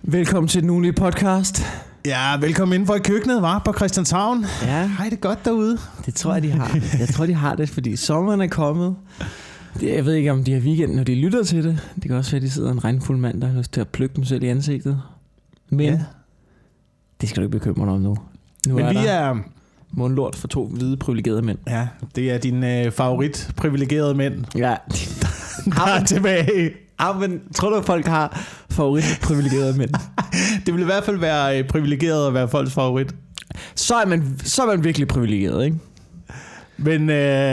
Velkommen til den ugenlige podcast. Ja, velkommen indenfor i køkkenet, var på Christianshavn. Ja. Hej, det er godt derude. Det tror jeg, de har. Jeg tror, de har det, fordi sommeren er kommet. Jeg ved ikke, om de har weekend, når de lytter til det. Det kan også være, at de sidder en regnfuld mand, der har lyst til at plukke dem selv i ansigtet. Men ja. Det skal du ikke bekymre dig om nu. Men vi er mundlort for to hvide privilegerede mænd. Ja, det er din favorit privilegerede mænd. Ja. Der er tilbage. Ja, men tror du, at folk har favorit privilegerede mænd? Det vil i hvert fald være privilegeret at være folks favorit. Så er man virkelig privilegeret, ikke? Men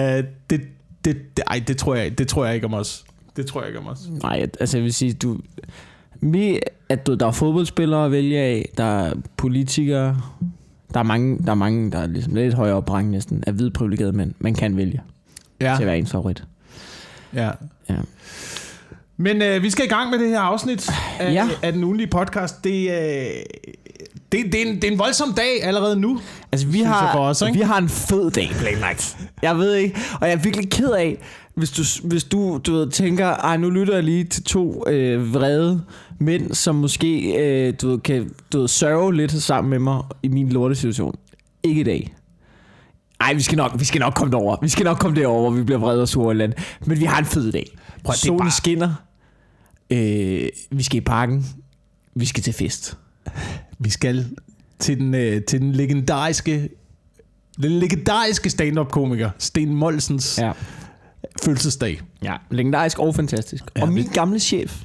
det tror jeg ikke om os. Det tror jeg ikke om os. Nej, altså jeg vil sige, der er fodboldspillere at vælge af, der er politikere, der er mange, der er ligesom lidt højere op rang næsten, af hvide privilegerede mænd. Man kan vælge til at være ens favorit. Ja. Men vi skal i gang med det her afsnit af den ugenlige podcast. Det er en voldsom dag allerede nu. Altså vi har en fed dag planlagt. Jeg ved ikke, og jeg er virkelig ked af, hvis du ved, tænker, nu lytter jeg lige til to vrede mænd, som måske kan sørge lidt sammen med mig i min lortesituation. Ikke i dag. Ej, vi skal nok komme derover. Vi skal nok komme derover, hvor vi bliver vrede og sure eller andet. Men vi har en fed dag. Solen skinner. Vi skal i parken. Vi skal til fest. Vi skal til den legendariske stand-up komiker Sten Molsens fødselsdag. Ja, legendarisk og fantastisk. Ja, og min gamle chef.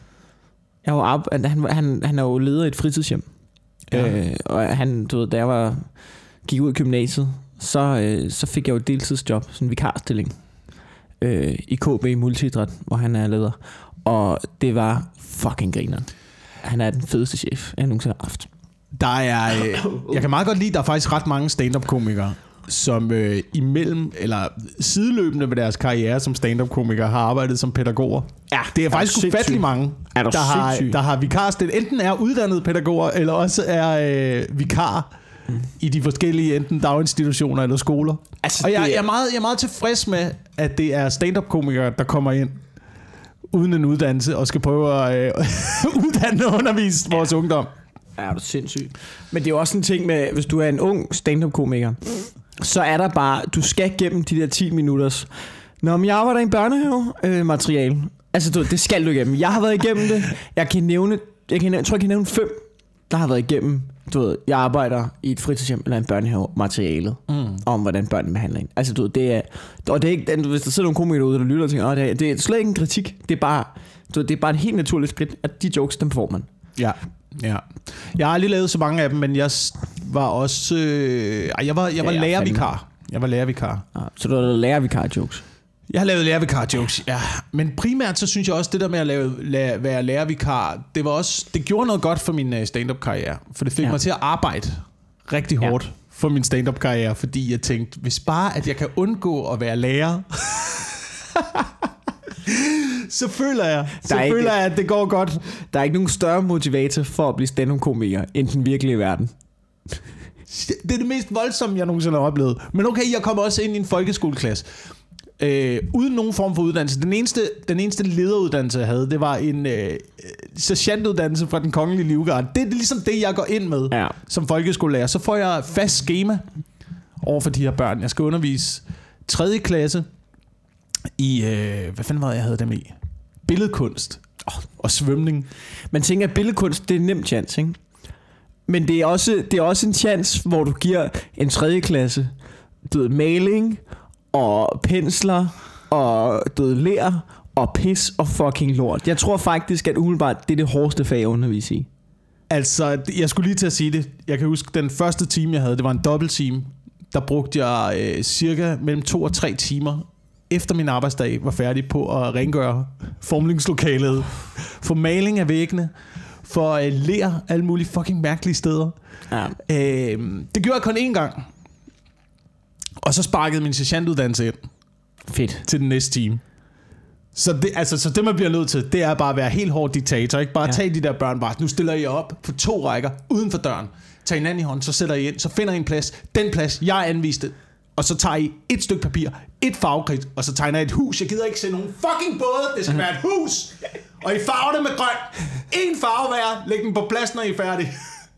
Han er jo leder i et fritidshjem. Ja. Og han, du ved, da jeg gik ud af gymnasiet, så fik jeg jo et deltidsjob, sådan en vikarstilling i KB Multiidræt, hvor han er leder. Og det var fucking grineren. Han er den fedeste chef, jeg nogensinde har haft. Jeg kan meget godt lide, der er faktisk ret mange stand-up komikere, som imellem eller sideløbende med deres karriere som stand-up komikere har arbejdet som pædagoger. Ja, det er faktisk ufattelig mange, der har vikarstilling. Enten er uddannede pædagoger, eller også er vikar i de forskellige enten daginstitutioner eller skoler. Altså, og jeg er meget tilfreds med, at det er stand-up komikere, der kommer ind uden en uddannelse og skal prøve at uddanne og undervise vores ungdom. Ja, det er sindssygt. Men det er jo også en ting med, hvis du er en ung stand-up komiker, så er der bare, du skal gennem de der 10 minutters. Når jeg arbejder i en børnehave, materiale. Altså det skal du igennem. Jeg har været igennem det. Jeg tror jeg kan nævne 5, der har været igennem. Du ved, jeg arbejder i et fritidshjem eller en børnehave materialet om hvordan børnene behandler en. Altså du ved, det er ikke, hvis der sidder nogle komikere derude, der lytter og tænker, det er slet ikke en kritik. Det er bare et helt naturligt skridt, at de jokes, dem får man. Ja. Jeg har aldrig lavet så mange af dem, men jeg var også jeg var lærervikar. Jeg var lærervikar. Så du har lavet lærervikar-jokes? Jeg har lavet lærervikar-jokes, ja. Men primært så synes jeg også, det der med at være lærervikar, det gjorde noget godt for min stand-up-karriere. For det fik mig til at arbejde rigtig hårdt for min stand-up-karriere, fordi jeg tænkte, hvis bare at jeg kan undgå at være lærer, så føler jeg, at det går godt. Der er ikke nogen større motivator for at blive stand-up-komiker end den virkelige verden. Det er det mest voldsomme, jeg nogensinde har oplevet. Men okay, jeg kom også ind i en folkeskoleklasse. Uden nogen form for uddannelse. Den eneste lederuddannelse jeg havde, det var en sergeantuddannelse fra den kongelige livgarde. Det er ligesom det, jeg går ind med som folkeskolelærer. Så får jeg fast skema over for de her børn. Jeg skal undervise 3. klasse i, hvad fanden var det, jeg havde dem i? Billedkunst og svømning. Man tænker, at billedkunst, det er en nem chance, ikke? Men det er også en chance, hvor du giver en 3. klasse maling og pensler og ler og pis og fucking lort. Jeg tror faktisk, at umiddelbart det er det hårdeste fag at undervise i. Altså, jeg skulle lige til at sige det. Jeg kan huske, den første time, jeg havde, det var en dobbelttime. Der brugte jeg cirka mellem 2 og 3 timer efter min arbejdsdag var færdig på at rengøre formningslokalet, for maling af væggene, for ler alle mulige fucking mærkelige steder. Ja. Det gjorde jeg kun én gang. Og så sparkede min sergeantuddannelse ind. Fedt. Til den næste time. Så det man bliver nødt til, det er bare at være helt hård diktator, ikke? Bare tage de der børn, bare nu stiller I op på 2 rækker uden for døren. Tag hinanden i hånden, så sætter I ind, så finder I en plads. Den plads, jeg anviste. Og så tager I et stykke papir, et farvekridt, og så tegner I et hus. Jeg gider ikke se nogen fucking både, det skal være et hus. Og I farver det med grøn. En farve hver. Læg den på plads, når I er færdige.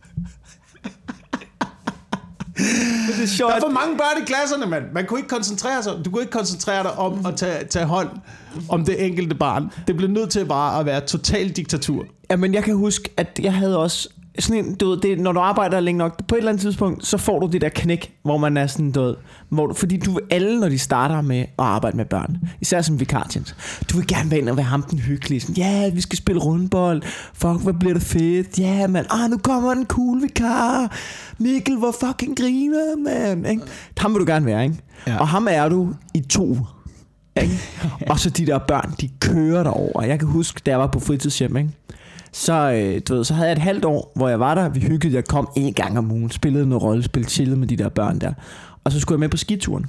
Det er sjovt. Der er for mange børn i klasserne, mand. Man kunne ikke koncentrere sig. Du kunne ikke koncentrere dig om at tage hånd om det enkelte barn. Det blev nødt til bare at være total diktatur. Ja, men jeg kan huske, at jeg havde også sådan en, du ved, det, når du arbejder længe nok, på et eller andet tidspunkt, så får du det der knæk, hvor man er sådan, du ved, fordi du alle, når de starter med at arbejde med børn, især som vikartjent, du vil gerne være ind og være ham den hyggelige, sådan, ja, vi skal spille rundbold, fuck, hvad bliver det fedt, ja, man, nu kommer en cool vikar, Mikkel, hvor fucking griner, man, ikke? Ham vil du gerne være, ikke? Ja. Og ham er du i 2 uger. Ikke? Og så de der børn, de kører derover. Jeg kan huske, da jeg var på fritidshjem, ikke? Så, du ved, så havde jeg et halvt år, hvor jeg var der. Vi hyggede, jeg kom 1 gang om ugen, spillede noget rollespil, chillede med de der børn der. Og så skulle jeg med på skituren.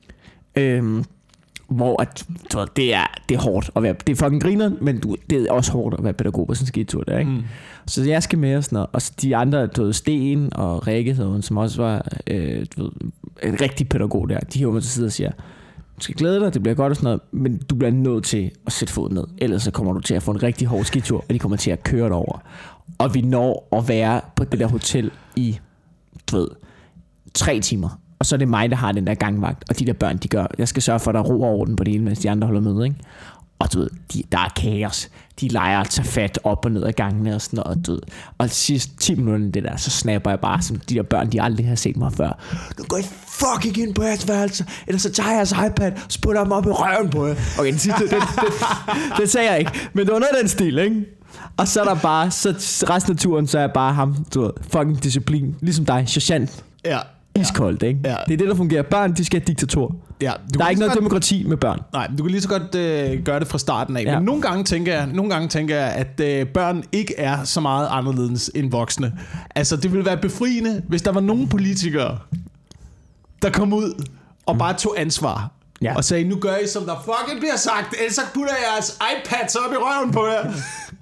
Hvor at, du ved, det er hårdt at være, det er fucking griner, men det er også hårdt at være pædagog på sådan en skitur der, ikke? Så jeg skal med og sådan noget. Og så de andre, du ved, Sten og Rikke, som også var du ved, en rigtig pædagog der, de hiver mig til side og siger, du skal glæde dig, det bliver godt og sådan noget, men du bliver nødt til at sætte foden ned. Ellers så kommer du til at få en rigtig hård skitur, og de kommer til at køre dig over. Og vi når at være på det der hotel i, du ved, 3 timer. Og så er det mig, der har den der gangvagt. Og de der børn, de gør, jeg skal sørge for, at der er ro og orden på det hele, mens de andre holder med, ikke? Og du ved, der er kaos. De leger at tage fat op og ned ad gangene og sådan noget, du ved. Og de sidste 10 minutter det der, så snapper jeg bare, som de der børn, de aldrig har set mig før. Nu går I fucking ind på jeres værelse, eller så tager jeg jeres iPad, sputter dem op i røven på jer. Okay, den sidste, det sagde jeg ikke, men det var noget af den stil, ikke? Og så er der bare, så resten af turen, så er jeg bare ham, du ved, fucking disciplin, ligesom dig, sergeant. Ja. Iskoldt, ikke? Ja. Det er det, der fungerer. Børn, de skal have diktatur. Ja, der er ikke noget demokrati med børn. Nej, du kan lige så godt gøre det fra starten af. Ja. Men nogle gange tænker jeg, at børn ikke er så meget anderledes end voksne. Altså, det ville være befriende, hvis der var nogle politikere, der kom ud og bare tog ansvar. Ja. Og sagde, nu gør I, som der fucking bliver sagt, ellers så putter jeg jeres iPads op i røven på jer.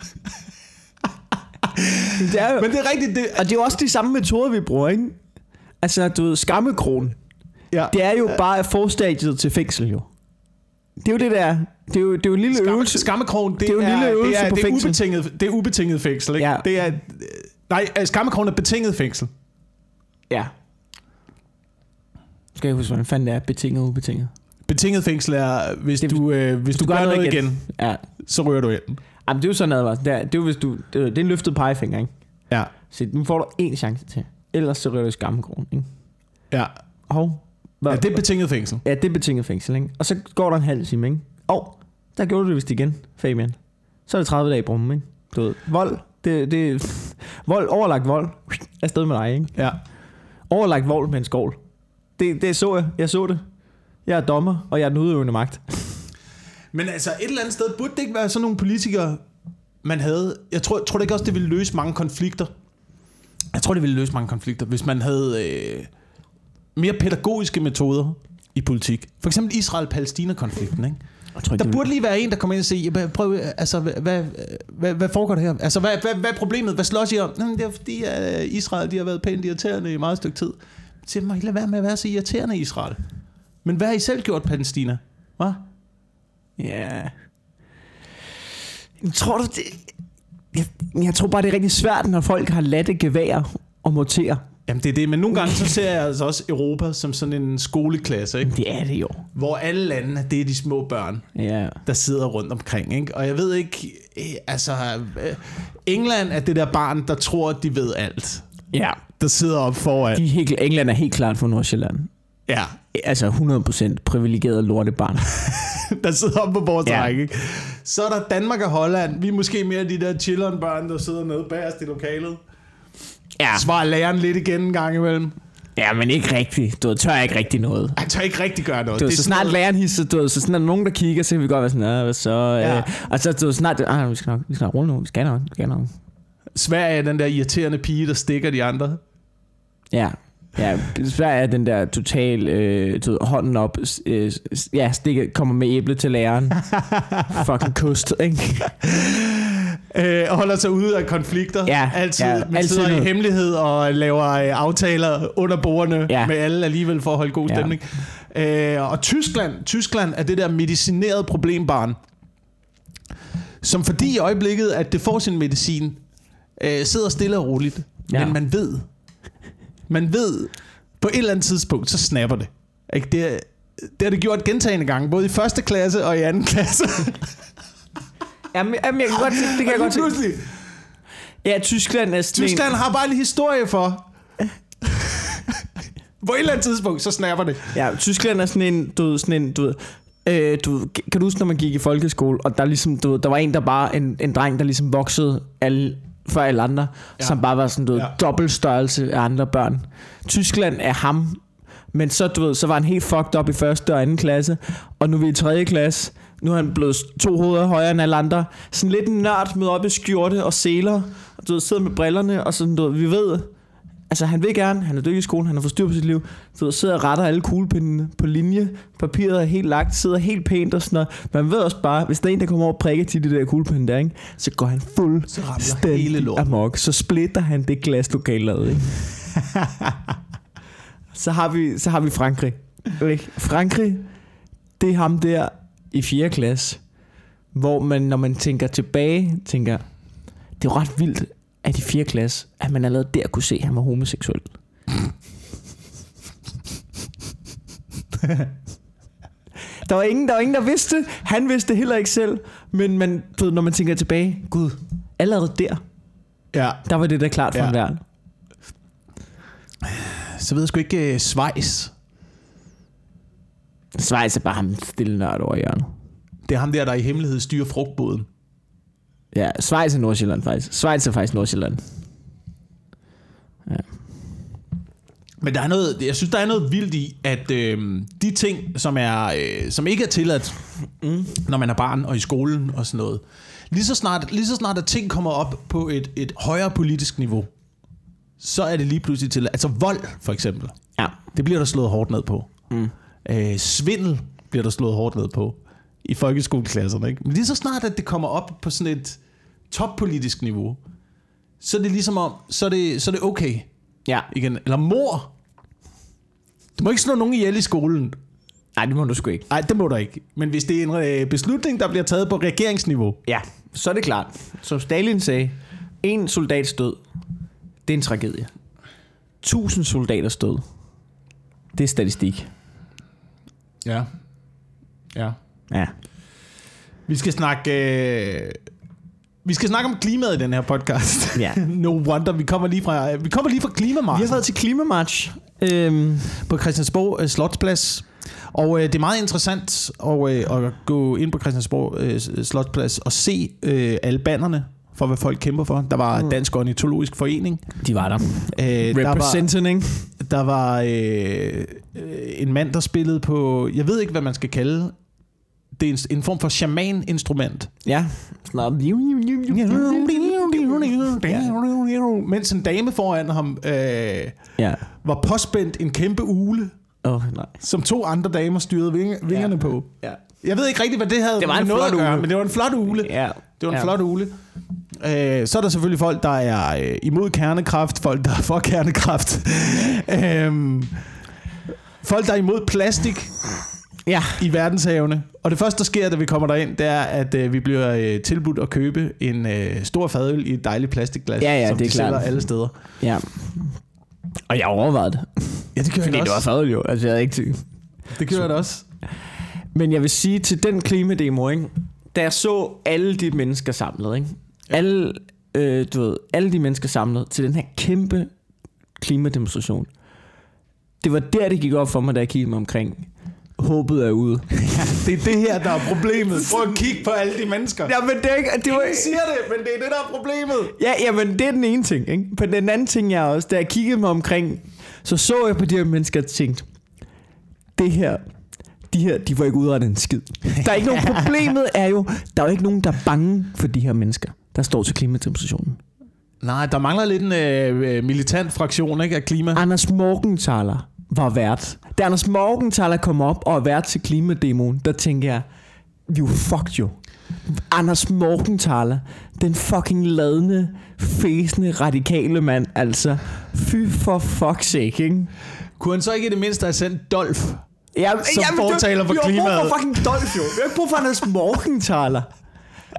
Det er jo, men det er rigtigt. Og det er jo også de samme metoder, vi bruger, ikke? Altså, du ved, skammekronen. Ja. Det er jo bare forstadiet til fængsel, jo. Det er jo det der. Det er jo en lille øvelse. Skammekrogen, det er jo en lille øvelse på fængsel. Det er ubetinget fængsel, ikke? Ja. Det er, nej, skammekrogen er betinget fængsel. Ja. Skal jeg huske, hvordan fanden det er? Betinget og ubetinget. Betinget fængsel er, hvis du gør noget igen, ja, så rører du ind. Jamen, det er jo sådan noget, det er jo hvis du, det er en løftet pegefinger, ikke? Ja. Så nu får du 1 chance til. Ellers så rører du i skammekrogen, ikke? Ja. Ja, det er betinget fængsel. Ja, det er betinget fængsel, ikke? Og så går der en halv time, ikke? Der gjorde du det vist igen, Fabian. Så er det 30 dage i brummen, ikke? Du ved, vold, det vold, overlagt vold, afsted med dig, ikke? Ja. Overlagt vold med en skål. Det så jeg. Jeg så det. Jeg er dommer, og jeg er den udøvende magt. Men altså, et eller andet sted, burde det ikke være sådan nogle politikere, man havde... Jeg tror det ikke også, det ville løse mange konflikter. Jeg tror, det ville løse mange konflikter, hvis man havde mere pædagogiske metoder i politik. For eksempel Israel-Palæstina-konflikten, ikke? Der burde lige være en, der kommer ind og siger, prøv, altså, hvad foregår der her? Altså, hvad er problemet? Hvad slås I om? Det er fordi, Israel, de har været pænt irriterende i meget stykke tid. Så må I lade være med at være så irriterende i Israel. Men hvad har I selv gjort, Palæstina? Hvad? Ja. Tror du det? Jeg tror bare, det er rigtig svært, når folk har latte gevær og morterer. Jamen det er det, men nogle gange så ser jeg altså også Europa som sådan en skoleklasse, ikke? Det er det jo. Hvor alle landene, det er de små børn, der sidder rundt omkring, ikke? Og jeg ved ikke, altså England er det der barn, der tror, de ved alt. Ja. Der sidder op foran. England er helt klart for Nordsjælland. Ja. Altså 100% privilegeret lortebarn. Der sidder op på vores række, ikke? Så er der Danmark og Holland. Vi er måske mere de der children-børn, der sidder nede bagerst i lokalet. Ja. Svarer læreren lidt igen en gang imellem. Ja, men ikke rigtigt. Du tør ikke rigtig noget. Han tør ikke rigtig gøre noget. Det så snart læreren hisser, så snart nogen, der kigger, så kan vi godt være sådan, hvad så? Ja. Og så snart, vi skal nok rulle nu. Vi skal nok. Sverige er den der irriterende pige, der stikker de andre. Ja. Ja, Sverige er den der total hånden op, kommer med æble til læreren. Fucking kost, ikke? Og holder sig ude af konflikter. Ja, altid. Man sidder i hemmelighed og laver aftaler under bordene med alle alligevel for at holde god stemning. Og Tyskland er det der medicinerede problembarn, som fordi i øjeblikket, at det får sin medicin, sidder stille og roligt. Ja. Men man ved, på et eller andet tidspunkt, så snapper det. Ikke? Det har det gjort gentagne gange, både i første klasse og i anden klasse. Jamen, jeg kan godt se, det kan jeg godt se. Ja, Tyskland har bare en historie for. På et eller andet tidspunkt, så snapper det. Ja, Tyskland er sådan en, du ved, kan du huske, når man gik i folkeskole, og der ligesom, der var en, der bare, en dreng, der ligesom voksede for alle andre, som bare var sådan, dobbelt størrelse af andre børn. Tyskland er ham, men så, så var han helt fucked up i første og anden klasse, og nu er vi i 3. klasse. Nu er han blevet 2 hoveder højere end alle andre. Sådan lidt en nørd med op i skjorte og seler, og sidder med brillerne, og sådan, vi ved, altså han vil gerne, han er dygtig i skolen, han har fået styr på sit liv, sidder og retter alle kuglepindene på linje, papiret er helt lagt, sidder helt pænt og sådan noget. Man ved også bare, hvis der er en, der kommer over og prikker til de der kuglepinde der, ikke, så går han fuldstændig amok, så splitter han det glaslokale, ikke? så har vi Frankrig. Ikke? Frankrig, det er ham der i 4. klasse, hvor man, når man tænker tilbage, tænker, det er ret vildt, at i 4. klasse, at man allerede der kunne se, at han var homoseksuel. Der var ingen, der vidste det. Han vidste det heller ikke selv. Men man, når man tænker tilbage, gud, allerede der, der var det da klart for enhver. Så ved jeg sgu ikke, Schweiz. Schweiz er bare ham stille nørd over hjørnet. Det er ham der i hemmelighed styrer frugtbåden. Ja, Schweiz er Nordsjælland faktisk. Schweiz er faktisk Nordsjælland. Ja. Men der er noget, jeg synes, der er noget vildt i, at de ting, som ikke er tilladt, når man er barn og i skolen og sådan noget, lige så snart at ting kommer op på et højere politisk niveau, så er det lige pludselig tilladt. Altså vold, for eksempel. Ja. Det bliver der slået hårdt ned på. Svindel bliver der slået hårdt ned på i folkeskoleklasserne, ikke? Men lige så snart at det kommer op på sådan et toppolitisk niveau, så er det ligesom om, så er det okay. Ja. Igen. Eller mor. Du må ikke slå nogen ihjel i skolen. Nej, det må du sgu ikke. Nej, det må du ikke. Men hvis det er en beslutning, der bliver taget på regeringsniveau, ja, så er det klart. Som Stalin sagde, 1 soldats død, det er en tragedie. 1000 soldaters død, det er statistik. Ja. Ja. Vi skal snakke om klimaet i den her podcast. Ja. No wonder, vi kommer lige fra klimamarchen. Vi har været til klimamarch på Christiansborg Slotsplads. Og det er meget interessant at gå ind på Christiansborg Slotsplads og se alle bannerne for, hvad folk kæmper for. Der var Dansk Ornitologisk Forening. De var der. Representing. Der var en mand, der spillede på, jeg ved ikke, hvad man skal kalde. Det er en form for shaman-instrument. Ja. Mens en dame foran ham var påspændt en kæmpe ugle, som 2 andre damer styrede vingerne på. Ja. Jeg ved ikke rigtig, hvad det havde med noget at gøre, men det var en flot ugle. Ja. Det var en flot ugle. Så er der selvfølgelig folk, der er imod kernekraft, folk, der er for kernekraft. Folk, der er imod plastik i verdenshavene. Og det første, der sker, da vi kommer derind, det er, at vi bliver tilbudt at købe en stor fadøl i et dejligt plastikglas, som de sælger alle steder. Ja. Og jeg overvejede det. Ja, det gjorde jeg også. Fordi det var fadøl jo. Altså, jeg havde ikke tid. Det gjorde jeg også. Men jeg vil sige, til den klimademo, ikke? Da jeg så alle de mennesker samlet, ikke? Ja. Alle de mennesker samlet til den her kæmpe klimademonstration. Det var der, det gik op for mig, da jeg kiggede mig omkring. Håbet er ude. Ja, det er det her, der er problemet. Prøv at kigge på alle de mennesker. Ja, men det er ikke... Det var ikke siger det, men det er det, der er problemet. Ja, men det er den ene ting, ikke? På den anden ting, jeg også... Da jeg kiggede mig omkring, så jeg på de her mennesker og tænkte, de her, de får ikke udrettet en skid. Der er ikke nogen... Problemet er jo, der er jo ikke nogen, der er bange for de her mennesker, der står til klimademonstrationen. Nej, der mangler lidt en militant fraktion, ikke, af klima. Anders Morgenthaler var vært. Da Anders Morgenthaler kom op og er vært til klimademoen, der tænker jeg, you fucked you. Anders Morgenthaler, den fucking ladende, fæsende, radikale mand, altså. Fy for fuck's sake, ikke? Kunne han så ikke i det mindste have sendt Dolf, som fortaler for klimaet? Vi har brug for fucking Dolf, jo. Vi har ikke brug for Anders Morgenthaler.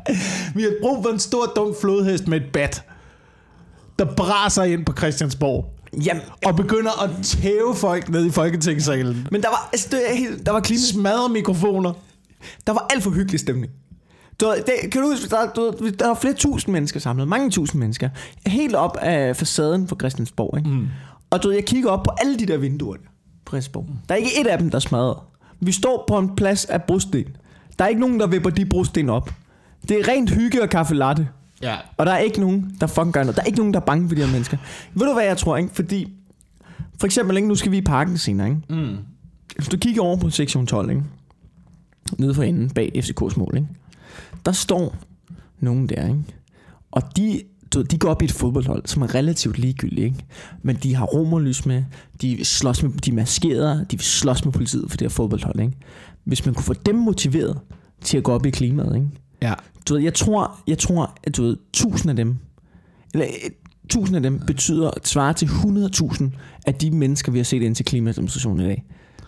Vi har brug for en stor, dum flodhest med et bat, der braser ind på Christiansborg. Jamen, og begynder at tæve folk ned i Folketingssalen. Men der var, altså, der var klima. Smadre mikrofoner. Der var alt for hyggelig stemning. Kan du huske, der var flere tusind mennesker samlet. Mange tusind mennesker. Helt op af facaden på Christiansborg. Ikke? Mm. Og jeg kigger op på alle de der vinduer på Christiansborg. Der er ikke et af dem, der smadrer. Vi står på en plads af brosten. Der er ikke nogen, der vipper de brosten op. Det er rent hygge og kaffe latte. Ja. Og der er ikke nogen, der fucking gør noget. Der er ikke nogen, der er bange for de her mennesker. Ved du hvad jeg tror, ikke? Fordi for eksempel, ikke? Nu skal vi i parken senere, ikke? Mm. Hvis du kigger over på sektion 12, ikke? Nede for enden bag FCK's mål, ikke? Der står nogen der, ikke? Og de går op i et fodboldhold, som er relativt ligegyldigt, ikke? Men de har romerlys med, de slås med, de er maskerede, de vil slås med politiet for det her fodboldhold, ikke? Hvis man kunne få dem motiveret til at gå op i klimaet, ikke? Ja. Jeg tror at 1000 af dem, eller 1000 af dem svarer til 100.000 af de mennesker, vi har set ind til klimademonstrationen i dag.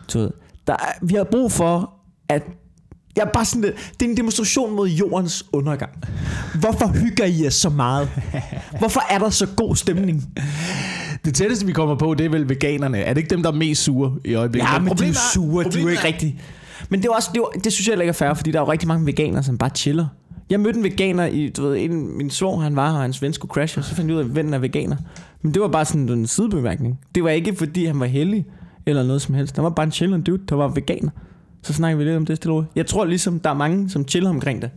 Vi har brug for, at jeg er bare sådan, det er en demonstration mod jordens undergang. Hvorfor hygger I jer så meget? Hvorfor er der så god stemning? Det tætteste, vi kommer på, det er vel veganerne. Er det ikke dem, der er mest sure i øjeblikket? Ja, men de er jo sure, de er jo ikke rigtigt. Men det er også, det synes jeg ikke er fair, fordi der er jo rigtig mange veganere, som bare chiller. Jeg mødte en veganer i, min svor, han var her, og hans ven skulle crashe, og så fandt jeg ud af, at vennen er veganer. Men det var bare sådan en sidebemærkning. Det var ikke, fordi han var heldig, eller noget som helst. Der var bare en chillende dude, der var veganer. Så snakker vi lidt om det stille. Jeg tror ligesom, der er mange, som chiller omkring det.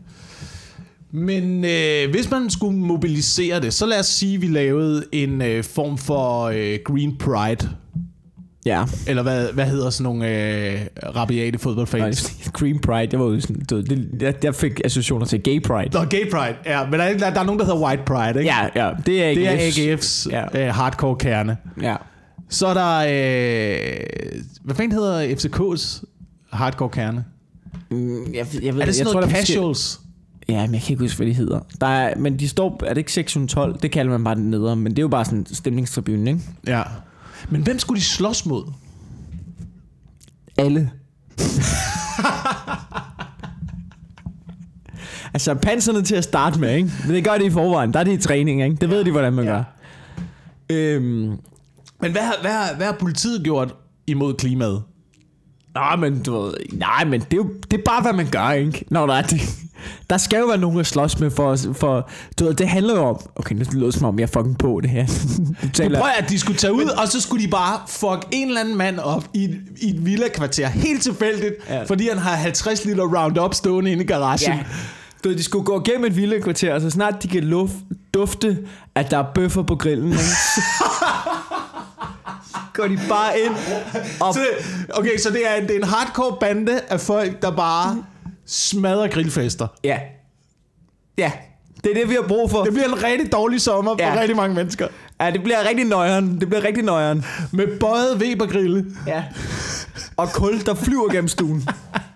Men hvis man skulle mobilisere det, så lad os sige, at vi lavede en form for Green Pride. Ja. Eller hvad hedder sådan nogle rabiate fodboldfans? Green Pride, det var jo sådan, jeg fik associationer til Gay Pride. Nå, Gay Pride, ja. Men der er nogen, der hedder White Pride, ikke? Ja, det er AGF's hardcore kerne. Ja. Så er der, hvad fanden hedder FCK's hardcore kerne? Jeg ved, er det sådan noget casuals? Ja, men jeg kan ikke huske, hvad de hedder. Men de står, er det ikke sektion 12? Det kalder man bare den nedre, men det er jo bare sådan en stemningstribune, ikke? Ja. Men hvem skulle de slås mod? Alle. Altså panserne til at starte med, ikke? Men det gør de i forvejen. Der er de i træning, ikke? Det ved de, hvordan man gør. Men hvad har politiet gjort imod klimaet? Nej, men det er bare, hvad man gør, ikke? Når der er det. Der skal jo være nogen at slås med for det handler jo om. Okay, det lyder som om jeg er fucking på det her. Prøv at de skulle tage ud, og så skulle de bare fuck en eller anden mand op i et villa-kvarter. Helt tilfældigt, fordi han har 50 liter Roundup stående inde i garagen. Ja. De skulle gå gennem et villa-kvarter, og så snart de kan dufte, at der er bøffer på grillen, ikke? Går de bare ind og... Så det er en hardcore bande af folk, der bare smadrer grillfester. Ja. Ja, det er det, vi har brug for. Det bliver en rigtig dårlig sommer for rigtig mange mennesker. Ja, det bliver rigtig nøjeren. Med bøjet Weber-grille. Ja. Og kul, der flyver gennem stuen.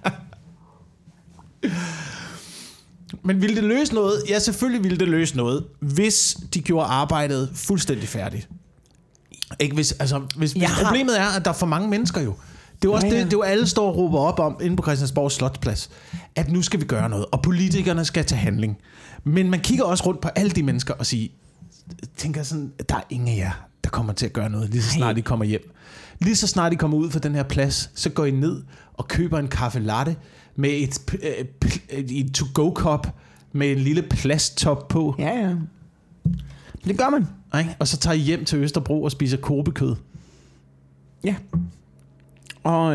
Men ville det løse noget? Ja, selvfølgelig ville det løse noget, hvis de gjorde arbejdet fuldstændig færdigt. Ikke hvis problemet er, at der er for mange mennesker jo. Det er jo også det er jo alle står og råber op om inde på Christiansborgs Slotsplads, at nu skal vi gøre noget, og politikerne skal tage handling. Men man kigger også rundt på alle de mennesker og tænker sådan, der er ingen af jer, der kommer til at gøre noget, lige så snart I kommer hjem. Lige så snart I kommer ud fra den her plads, så går I ned og køber en kaffe latte med et to-go-kop med en lille plasttop på. Ja. Det gør man. Og så tager I hjem til Østerbro og spiser korbekød. Ja. Og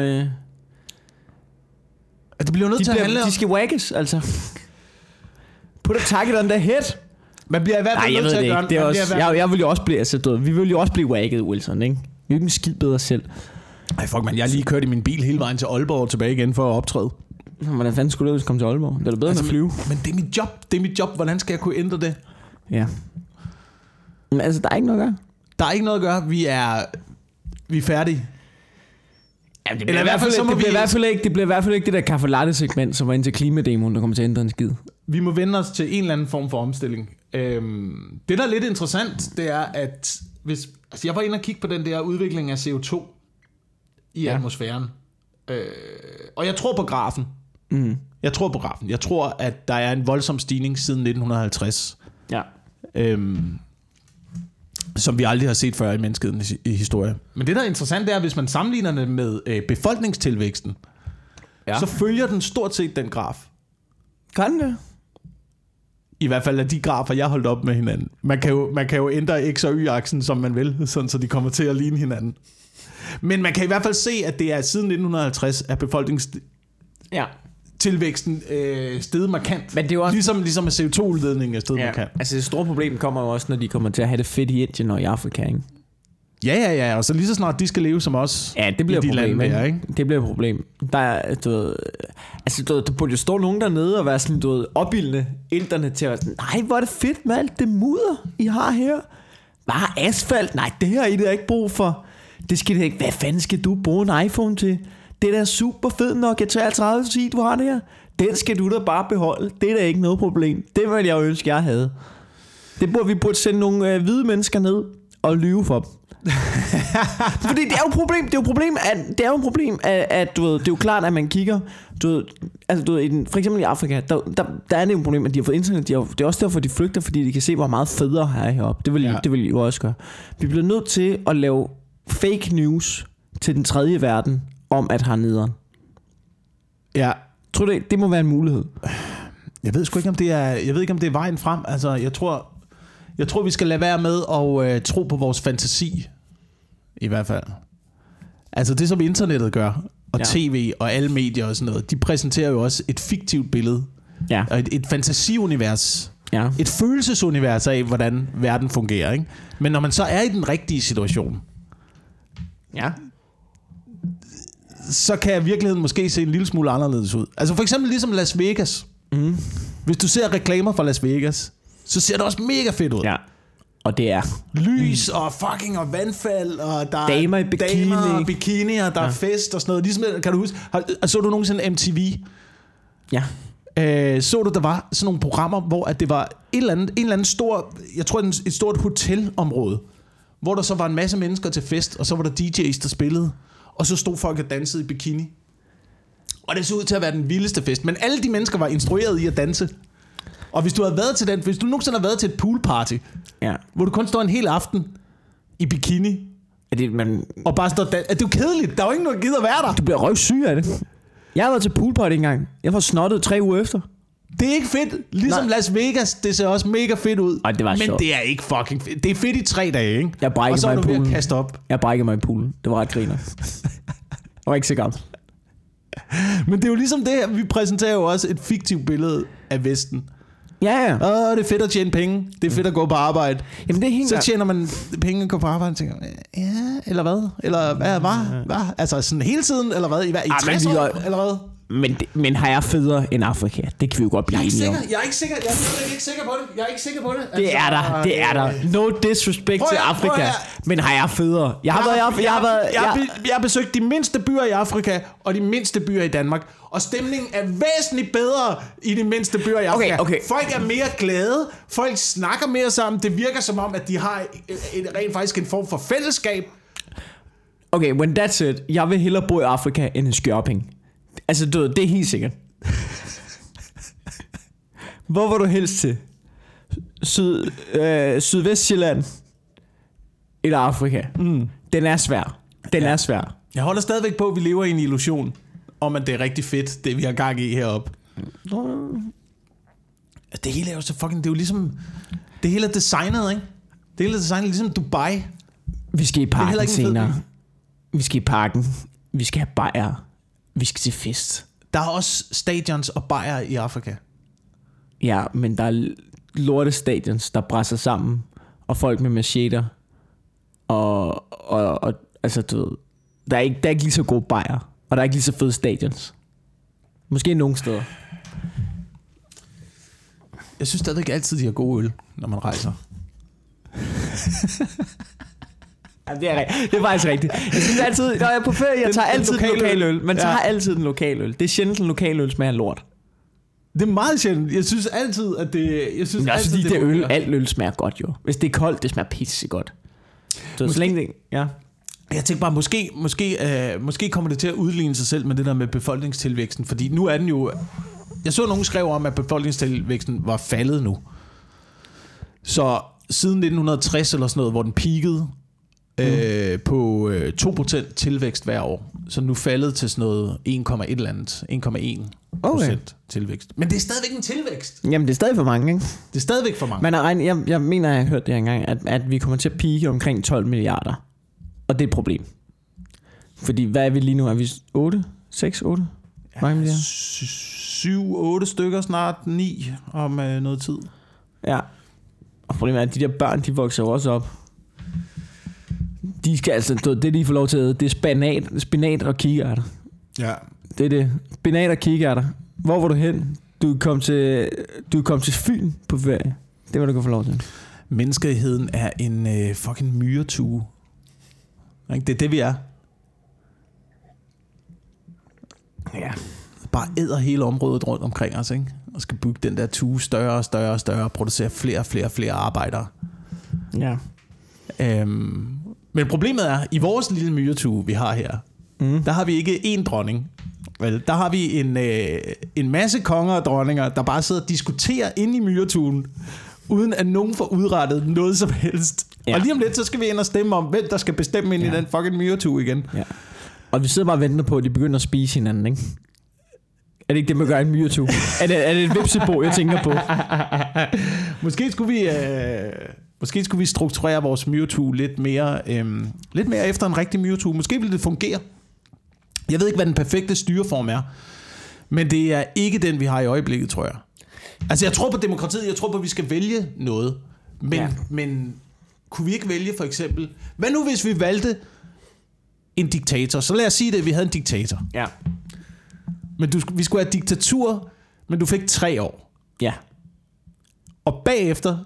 det bliver nødt til at handle om... De skal wagges, altså. Put a target on the head. Man bliver i hvert fald nødt til at gøre det. Jeg vil jo også blive... vi vil jo også blive wagget, Wilson, ikke? Vi er jo ikke en skid bedre selv. Ej, fuck man, jeg har lige kørt i min bil hele vejen til Aalborg og tilbage igen for at optræde. Hvordan fanden skulle du, hvis du kom til Aalborg? Det er da bedre end at flyve. Men det er mit job. Hvordan skal jeg kunne ændre det? Ja. Men altså, der er ikke noget at gøre. Der er ikke noget at gøre. Vi er færdige. Ja, det bliver i hvert fald ikke det der kaffe latte segment, som var ind til klimademoen, der kommer til at ændre en skid. Vi må vende os til en eller anden form for omstilling. Det der er lidt interessant, det er at jeg var inde og kigge på den der udvikling af CO2 i atmosfæren. Og jeg tror på grafen. Jeg tror på grafen. Jeg tror, at der er en voldsom stigning siden 1950. Ja. Som vi aldrig har set før i menneskehedens historie. Men det, der er interessant, det er, hvis man sammenligner det med befolkningstilvæksten, så følger den stort set den graf. Kan det? I hvert fald er de grafer, jeg holdt op med hinanden. Man kan jo ændre x- og y-aksen, som man vil, sådan, så de kommer til at ligne hinanden. Men man kan i hvert fald se, at det er siden 1950, at befolkningstilvæksten steget markant. Men det er også... ligesom at CO2-udledningen er steget markant. Altså det store problem kommer jo også, når de kommer til at have det fedt i Indien og i Afrika, ikke? Ja, og så lige så snart de skal leve som os. Ja, det bliver et problem, ikke? Det bliver et problem. Der er, der burde jo stå nogen dernede og være sådan, opildne inderne til at være sådan, nej, hvor er det fedt med alt det mudder, I har her. Bare asfalt? Nej, det her er I da ikke brug for. Det skal det ikke. Hvad fanden skal du bruge en iPhone til? Det der super fed Nokia 3310, du har det her. Den skal du da bare beholde. Det er da ikke noget problem. Det ville jeg ønske, jeg havde. Vi burde sende nogle hvide mennesker ned og lyve for dem. Fordi det er jo et problem. Det er jo et problem, at du ved, det er jo klart, at man kigger, for eksempel i Afrika, der er det jo et problem, at de har fået internet. Det er også derfor, de flygter, fordi de kan se, hvor meget federe her er heroppe. Det vil I jo også gøre. Vi bliver nødt til at lave fake news til den tredje verden om at have nederen. Ja. Tror du det må være en mulighed? Jeg ved sgu ikke om det er vejen frem. Altså jeg tror vi skal lade være med at tro på vores fantasi. I hvert fald. Altså det som internettet gør, og tv og alle medier og sådan noget, de præsenterer jo også et fiktivt billede. Ja. Og et fantasiunivers. Ja. Et følelsesunivers af hvordan verden fungerer, ikke? Men når man så er i den rigtige situation, så kan virkeligheden måske se en lille smule anderledes ud. Altså for eksempel ligesom Las Vegas. Hvis du ser reklamer fra Las Vegas, så ser det også mega fedt ud. Ja. Og det er lys og fucking og vandfald, og der damer i bikinier, der er fest og sådan noget. Ligesom, kan du huske, så du nogensinde MTV? Ja. Så du, der var sådan nogle programmer, hvor at det var en eller anden stor, jeg tror et stort hotelområde, hvor der så var en masse mennesker til fest, og så var der DJ's, der spillede, og så stod folk og dansede i bikini. Og det så ud til at være den vildeste fest, men alle de mennesker var instrueret i at danse. Og hvis du nogensinde har været til et poolparty, hvor du kun står en hel aften i bikini, og bare står det er jo kedeligt. Der er jo ingen, der gider være der. Du bliver røvsyg af det. Jeg har været til poolparty engang. Jeg var snottet 3 uger efter. Det er ikke fedt. Ligesom Las Vegas, det ser også mega fedt ud. Ej, det var men sjovt. Det er ikke fucking fedt. Det er fedt i 3 dage, ikke? Og så er du ved at kaste op. Jeg brækkede mig i poolen. Det var ret griner. Jeg var ikke så gammel. Men det er jo ligesom det her. Vi præsenterer jo også et fiktivt billede af Vesten. Ja. Det er fedt at tjene penge. Det er fedt at gå på arbejde. Jamen, det er så tjener man penge og går på arbejde og tænker, eller hvad? Eller hvad? Altså sådan hele tiden, eller hvad? I 60 år, eller hvad? Men har jeg federe end Afrika? Det kan vi jo godt blive enige om. Jeg er ikke sikker. Jeg er ikke sikker på det. Det er der. No disrespect til Afrika. Men har jeg federe? Jeg har besøgt de mindste byer i Afrika og de mindste byer i Danmark. Og stemningen er væsentligt bedre i de mindste byer i Afrika. Okay. Folk er mere glade. Folk snakker mere sammen. Det virker som om, at de har rent faktisk en form for fællesskab. Okay, when that's it. Jeg vil hellere bo i Afrika end i Skørping. Altså, det er helt sikkert. Hvor var du helst til? Sydvestjylland eller Afrika? Den er svær. Jeg holder stadigvæk på, at vi lever i en illusion om, at det er rigtig fedt, det vi har gang i heroppe. Det hele er jo så fucking... Det er jo ligesom... Det hele er designet, ikke? Det hele er designet ligesom Dubai. Vi skal i parken senere. Vi skal i parken. Vi skal have bajer. Vi skal til fest. Der er også stadions og bajer i Afrika. Ja, men der er lorte stadions, der brænder sammen, og folk med macheter, og altså du ved, der er ikke lige så gode bajer, og der er ikke lige så fede stadions. Måske nogle steder. Jeg synes stadigvæk altid, de har gode øl, når man rejser. Ja, det er faktisk rigtigt. Jeg synes altid, når jeg er på ferie, jeg tager altid den lokale øl. Man tager altid den lokale øl. Det er sjældent, den lokale øl smager lort. Det er meget sjældent. Jeg synes altid, at det... Men også fordi alt øl smager godt jo. Hvis det er koldt, det smager pissegodt. Så længe det... Ja. Jeg tænker bare, måske kommer det til at udligne sig selv med det der med befolkningstilvæksten, fordi nu er den jo... Jeg så nogen skrev om, at befolkningstilvæksten var faldet nu. Så siden 1960 eller sådan noget, hvor den peakede på 2% tilvækst hver år, så nu faldet til sådan noget 1,1% tilvækst. Men det er stadigvæk en tilvækst. Jamen, det er stadig for mange, ikke? Det er stadigvæk for mange. Men jeg mener, jeg har hørt det her engang, at vi kommer til at peake omkring 12 milliarder. Og det er et problem. Fordi hvad er vi lige nu? Er vi 8? 6, 8? Mange milliarder? 7-8 stykker, snart 9 om noget tid. Ja. Og problemet er, at de der børn, de vokser jo også op. De skal altså, det de får lov til at, det er spinat og kikærter. Ja. Det er det. Spinat og kikærter. Hvor var du hen? Du kom til Fyn på ferie. Det var du kunne få lov til. Menneskeheden er en fucking myretue. Det er det, vi er. Ja. Bare æder hele området rundt omkring os, ikke? Og skal bygge den der tue større og større og større, og producere flere arbejdere. Ja. Men problemet er, i vores lille myretue, vi har her, der har vi ikke én dronning. Vel, der har vi en masse konger og dronninger, der bare sidder og diskuterer inde i myretuen, uden at nogen får udrettet noget som helst. Ja. Og lige om lidt, så skal vi ind og stemme om, hvem der skal bestemme ind i den fucking myretue igen. Ja. Og vi sidder bare og venter på, at de begynder at spise hinanden, ikke? Er det ikke det, man gør i en myretue? er det et vipsebo, jeg tænker på? Måske skulle vi strukturere vores myretue lidt mere efter en rigtig myretue. Måske ville det fungere. Jeg ved ikke, hvad den perfekte styreform er, men det er ikke den, vi har i øjeblikket, tror jeg. Altså, jeg tror på demokratiet. Jeg tror på, at vi skal vælge noget. Men kunne vi ikke vælge for eksempel... Hvad nu, hvis vi valgte en diktator? Så lad os sige det, at vi havde en diktator. Ja. Men vi skulle have diktatur, men du fik 3 år. Ja. Og bagefter,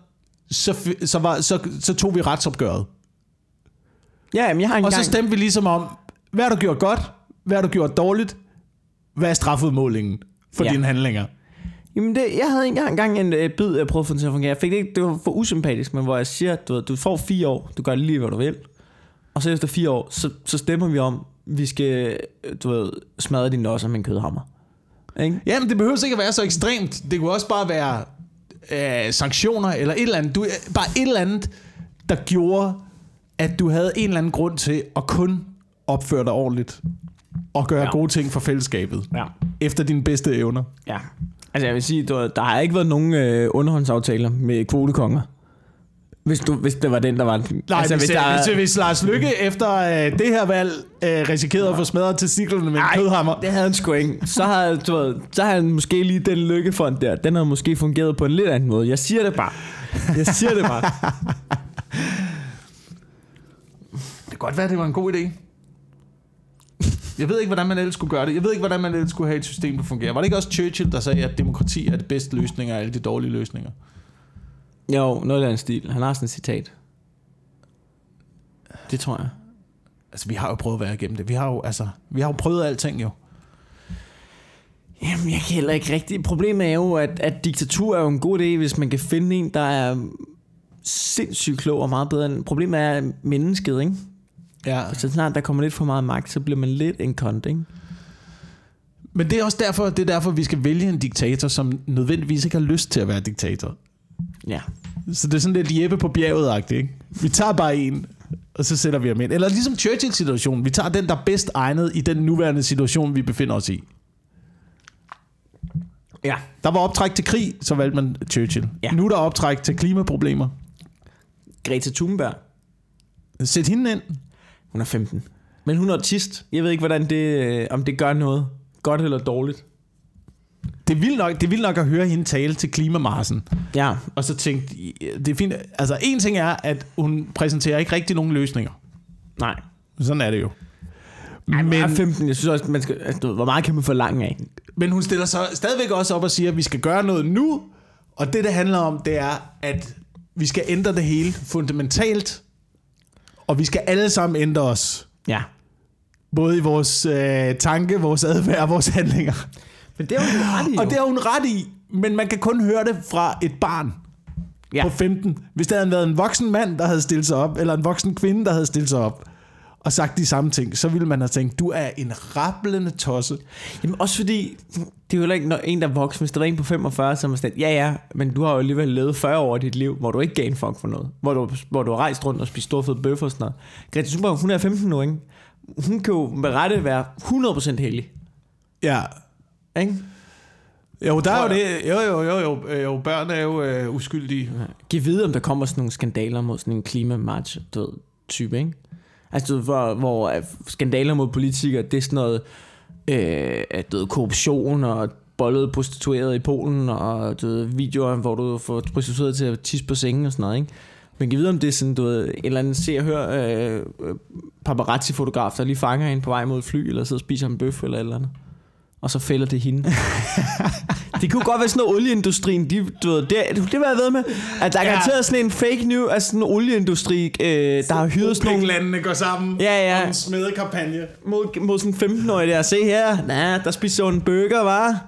så tog vi retsopgøret. Ja, jamen jeg har og så stemte vi ligesom om, hvad har du gjort godt? Hvad har du gjort dårligt? Hvad er strafudmålingen for dine handlinger? Jamen jeg havde engang en bid, jeg prøvede at få den til at fungere. Jeg fik det ikke, det var for usympatisk, men hvor jeg siger, du får 4 år, du gør det lige, hvad du vil. Og så efter 4 år, så stemmer vi om, vi skal, smadre dine nosser med en kødhammer. Ikke? Jamen det behøver ikke at være så ekstremt. Det kunne også bare være sanktioner eller et eller andet. Bare et eller andet, der gjorde, at du havde en eller anden grund til at kun opføre dig ordentligt og gøre gode ting for fællesskabet efter dine bedste evner. Ja. Altså jeg vil sige, der har ikke været nogen underhåndsaftaler med kvotekonger. Hvis det var den, der var... Nej, altså, hvis Lars Løkke efter det her valg risikerede at få smadret testiklerne med en kødhammer... det havde han sgu ikke. Så havde han måske lige den Lykkefond der. Den havde måske fungeret på en lidt anden måde. Jeg siger det bare. Det kan godt være, det var en god idé. Jeg ved ikke, hvordan man ellers skulle gøre det. Jeg ved ikke, hvordan man ellers skulle have et system, der fungerer. Var det ikke også Churchill, der sagde, at demokrati er det bedste løsning af alle de dårlige løsninger? Jo, noget af den stil. Han har sådan et citat. Det tror jeg. Altså, vi har jo prøvet at være igennem det. Vi har jo prøvet alting jo. Jamen, jeg kan heller ikke rigtigt. Problemet er jo, at diktatur er jo en god idé, hvis man kan finde en, der er sindssygt klog og meget bedre end... Problemet er mennesket, ikke? Ja. Så snart der kommer lidt for meget magt, så bliver man lidt en kont, ikke? Men det er også derfor, vi skal vælge en diktator, som nødvendigvis ikke har lyst til at være diktator. Ja. Så det er sådan lidt Jeppe på bjerget-agtigt, ikke? Vi tager bare en, og så sætter vi ham ind. Eller ligesom Churchill-situationen. Vi tager den, der er bedst egnet i den nuværende situation, vi befinder os i. Ja. Der var optræk til krig, så valgte man Churchill. Ja. Nu er der optræk til klimaproblemer. Greta Thunberg. Sæt hende ind. Hun er 15. Men hun er autist. Jeg ved ikke, om det gør noget. Godt eller dårligt. Det er vildt nok at høre hende tale til klimamarsen. Ja. Og så tænkte, det er fint. Altså, en ting er, at hun præsenterer ikke rigtig nogen løsninger. Nej. Sådan er det jo. Men 15, jeg synes også, man skal, hvor meget kan man få langt af? Men hun stiller så stadigvæk også op og siger, at vi skal gøre noget nu. Og det handler om, det er, at vi skal ændre det hele fundamentalt. Og vi skal alle sammen ændre os. Ja. Både i vores tanke, vores adfærd og vores handlinger. Men det er hun ret i. Og det er hun ret i. Men man kan kun høre det fra et barn på 15. Hvis der havde været en voksen mand, der havde stillet sig op, eller en voksen kvinde, der havde stillet sig op, og sagt de samme ting, så ville man have tænkt, du er en rablende tosse. Jamen også fordi, det er jo heller ikke en, der vokser. Hvis der var en på 45, som er sådan, ja, men du har jo alligevel levet 40 år i dit liv, hvor du ikke gav en fuck for noget. Hvor du har rejst rundt og spist storfede bøffer og sådan noget. Greta Thunberg, hun er 15 nu, ikke? Hun kan jo med rette være 100% heldig. Ja. Ikke? Jo, der er jo det. Jo, børn er jo uskyldige. Ja. Giv videre, om der kommer sådan nogle skandaler mod sådan en klimamarch type, ikke? Altså, hvor skandaler mod politikere, det er sådan noget korruption og bollet prostitueret i Polen, og videoer, hvor du får prostitueret til at tisse på sengen og sådan noget, ikke? Men giv videre, om det er sådan, en eller anden se og hør paparazzi-fotograf, der lige fanger en på vej mod et fly, eller sidder og spiser en bøf eller et eller andet. Og så fælder det hende. Det kunne godt være sådan noget olieindustrien. Det var jeg ved med. At der er garanteret sådan en fake news, altså sådan en olieindustri, der har hyret sådan nogle... landene går sammen. Ja. Og en smedekampagne. Mod sådan 15-årige der. Se her. Der spiser jo en burger, var.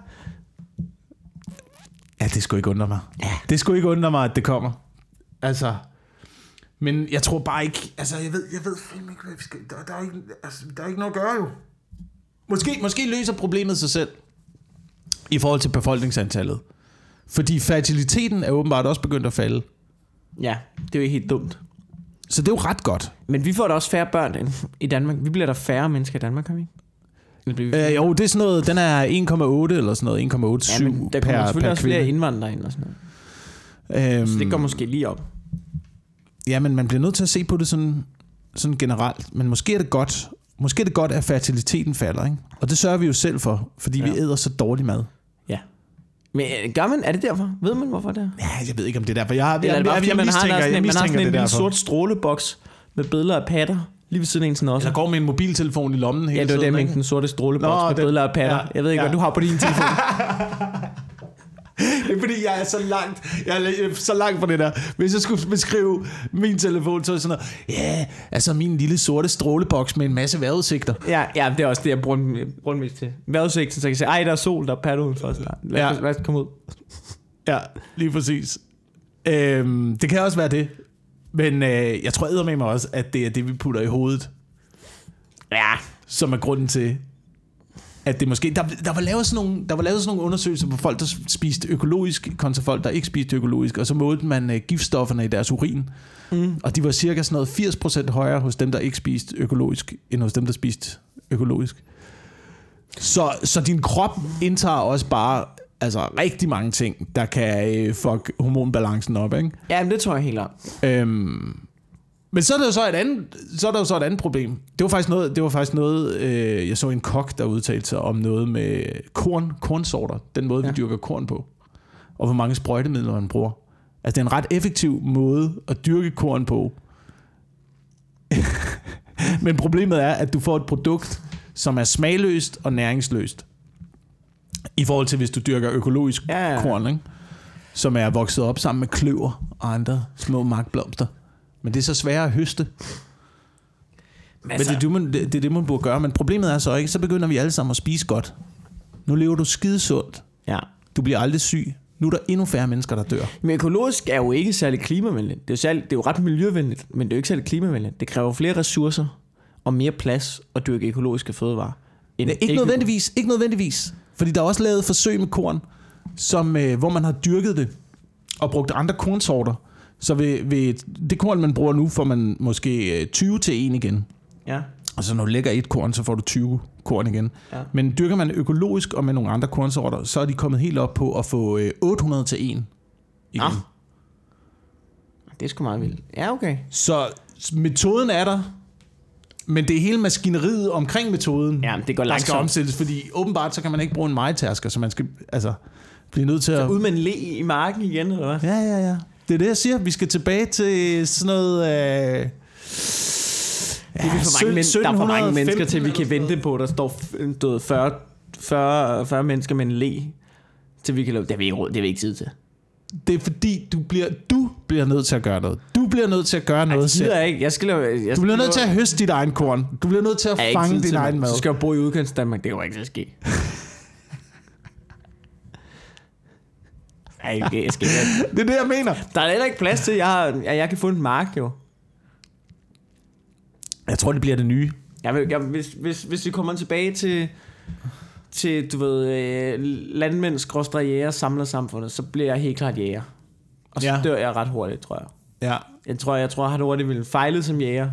Ja, det skulle ikke undre mig. Ja. Det skulle ikke undre mig, at det kommer. Altså... Men jeg tror bare ikke... Altså, jeg ved fandme ikke, hvad vi skal... Der er ikke noget at gøre, jo. Måske løser problemet sig selv i forhold til befolkningsantallet. Fordi fertiliteten er åbenbart også begyndt at falde. Ja, det er jo ikke helt dumt. Så det er jo ret godt. Men vi får da også færre børn i Danmark. Vi bliver der færre mennesker i Danmark, kan vi ikke? Jo, det er sådan noget... Den er 1,8 eller sådan noget. 1,87 per ja, men der kommer selvfølgelig også flere indvandrere ind og sådan noget. Så det går måske lige op. Ja, men man bliver nødt til at se på det sådan generelt. Men måske er det godt... Måske er det godt, at fertiliteten falder, ikke? Og det sørger vi jo selv for, fordi vi æder så dårlig mad. Ja. Men gør man, er det derfor? Ved man, hvorfor det er? Ja, jeg ved ikke, om det er derfor. Jeg man har sådan en lille sort stråleboks med billeder af patter, lige ved siden af en sådan også. Eller går med en mobiltelefon i lommen hele tiden. Ja, det var det med den sorte stråleboks med billeder af patter. Jeg ved ikke, hvad du har på din telefon. Det er fordi, jeg er så langt fra det der. Hvis jeg skulle beskrive min telefon, så er det sådan noget, ja, altså min lille sorte stråleboks med en masse vejrudsigter. Ja, det er også det, jeg bruger mest til. Vejrudsigter, så jeg kan sige, ej, der er sol, der er patter udenfor. Lad os komme ud. Ja, lige præcis. Det kan også være det. Men jeg tror eddermame også, at det er det, vi putter i hovedet. Ja. Som er grunden til... At det måske der var lavet sådan nogle undersøgelser på folk der spiste økologisk kontra folk der ikke spiste økologisk, og så målte man giftstofferne i deres urin. Og de var cirka sådan noget 80% højere hos dem der ikke spiste økologisk end hos dem der spiste økologisk. Så din krop indtager også bare altså rigtig mange ting der kan fuck hormonbalancen op, ikke? Ja, men det tror jeg helt op. Men så er der jo så et andet problem. Det var faktisk noget jeg så en kok der udtalte sig om noget med kornsorter, den måde vi dyrker korn på, og hvor mange sprøjtemidler man bruger. Altså det er en ret effektiv måde at dyrke korn på. Men problemet er at du får et produkt som er smagløst og næringsløst i forhold til hvis du dyrker økologisk korn, ikke? Som er vokset op sammen med kløver og andre små markblomster. Men det er så sværere at høste. Men det er det, man burde gøre. Men problemet er så ikke, så begynder vi alle sammen at spise godt. Nu lever du skidesundt. Ja. Du bliver aldrig syg. Nu er der endnu færre mennesker, der dør. Men økologisk er jo ikke særlig klimavenligt. Det er jo ret miljøvenligt, men det er jo ikke særlig klimavenligt. Det kræver flere ressourcer og mere plads at dyrke økologiske fødevarer. Ikke nødvendigvis. Fordi der er også lavet forsøg med korn, hvor man har dyrket det og brugt andre kornsorter. Så ved det korn, man bruger nu, får man måske 20 til 1 igen. Ja. Og så når du lægger et korn, så får du 20 korn igen. Ja. Men dyrker man økologisk og med nogle andre kornsorter, så er de kommet helt op på at få 800 til 1 igen. Ja. Det er sgu meget vildt. Ja, okay. Så metoden er der, men det er hele maskineriet omkring metoden, det går der skal omsættes. Fordi åbenbart, så kan man ikke bruge en mejetærsker, så man skal blive nødt til at... ud med en le i marken igen, eller hvad? Ja. Det er det, jeg siger. Vi skal tilbage til sådan noget... der er for mange mennesker til, vi kan vente på. Der står 40 mennesker med en le, til vi kan lave. Det er vi ikke tid til. Det er fordi, du bliver nødt til at gøre noget. Du bliver nødt til at gøre noget selv. Du bliver nødt til at høste dit egen korn. Du bliver nødt til at fange din egen mad. Så skal jeg bo i udkants Danmark. Det kommer ikke til at ske. Det er det, jeg mener. Der er heller ikke plads til, at jeg kan få en mark, jo. Jeg tror, det bliver det nye. Hvis vi kommer tilbage til du ved, landmænd/jæger samler samfundet, så bliver jeg helt klart jæger. Og så dør jeg ret hurtigt, tror jeg. Ja. Jeg tror ret hurtigt ville fejle som jæger.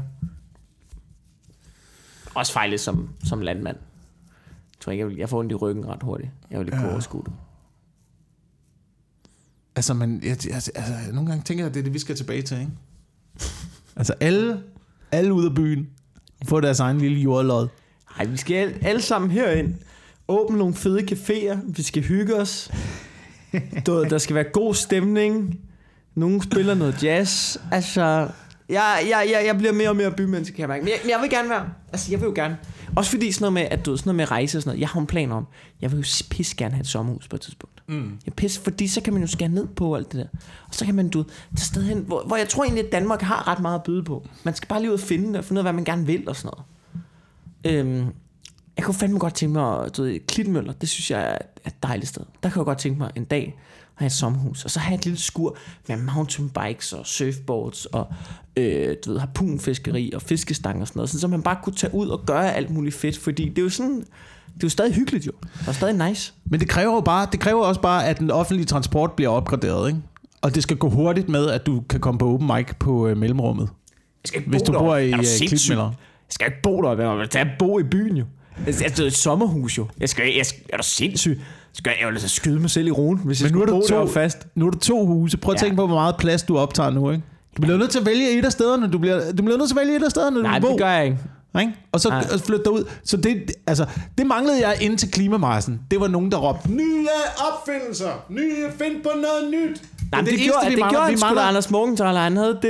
Også fejle som landmand. Jeg tror ikke, jeg får ondt i ryggen ret hurtigt. Jeg vil ikke kunne overskue det. Altså, nogle gange tænker jeg, at det er det, vi skal tilbage til, ikke? Altså, alle ude af byen får deres egen lille jordlod. Nej, vi skal alle sammen herind. Åbne nogle fede caféer. Vi skal hygge os. Der skal være god stemning. Nogen spiller noget jazz. Altså, jeg bliver mere og mere bymenneske, kan jeg mærke. Men jeg vil gerne være. Altså, jeg vil jo gerne. Også fordi sådan noget med, at sådan noget med rejse og sådan noget. Jeg har en plan om. Jeg vil jo pisse gerne have et sommerhus på et tidspunkt. Jeg pisse, fordi så kan man jo skære ned på alt det der. Og så kan man tage sted hen, hvor jeg tror egentlig, at Danmark har ret meget at byde på. Man skal bare lige ud og finde det, og finde ud af, hvad man gerne vil og sådan noget. Jeg kunne fandme godt tænke mig, Klitmøller, det synes jeg er et dejligt sted. Der kan jeg godt tænke mig en dag at have et sommerhus, og så have et lille skur med mountainbikes og surfboards og harpunfiskeri og fiskestang og sådan noget, så man bare kunne tage ud og gøre alt muligt fedt, fordi det er jo sådan, det er jo stadig hyggeligt jo, og stadig nice. Men det kræver også bare, at den offentlige transport bliver opgraderet, ikke? Og det skal gå hurtigt med, at du kan komme på open mic på mellemrummet. Hvis du bor i Klitmøller. Jeg skal ikke bo der, jeg skal bo i byen jo. Altså et sommerhus jo. Er du sindssyg? Jeg vil skyde mig selv i roen, hvis jeg skulle bo der fast. Nu er der 2 huse. Prøv at tænke på, hvor meget plads du optager nu, ikke? Du bliver nødt til at vælge et af stederne. Du bliver nødt til at vælge et af stederne, Nej, det gør jeg ikke. Og så flytte derud. Så det manglede jeg ind til klimamarsen. Det var nogen, der råbte, nye opfindelser, find på noget nyt. Nej, det gjorde han sgu da, Anders Morgenthaler. Han havde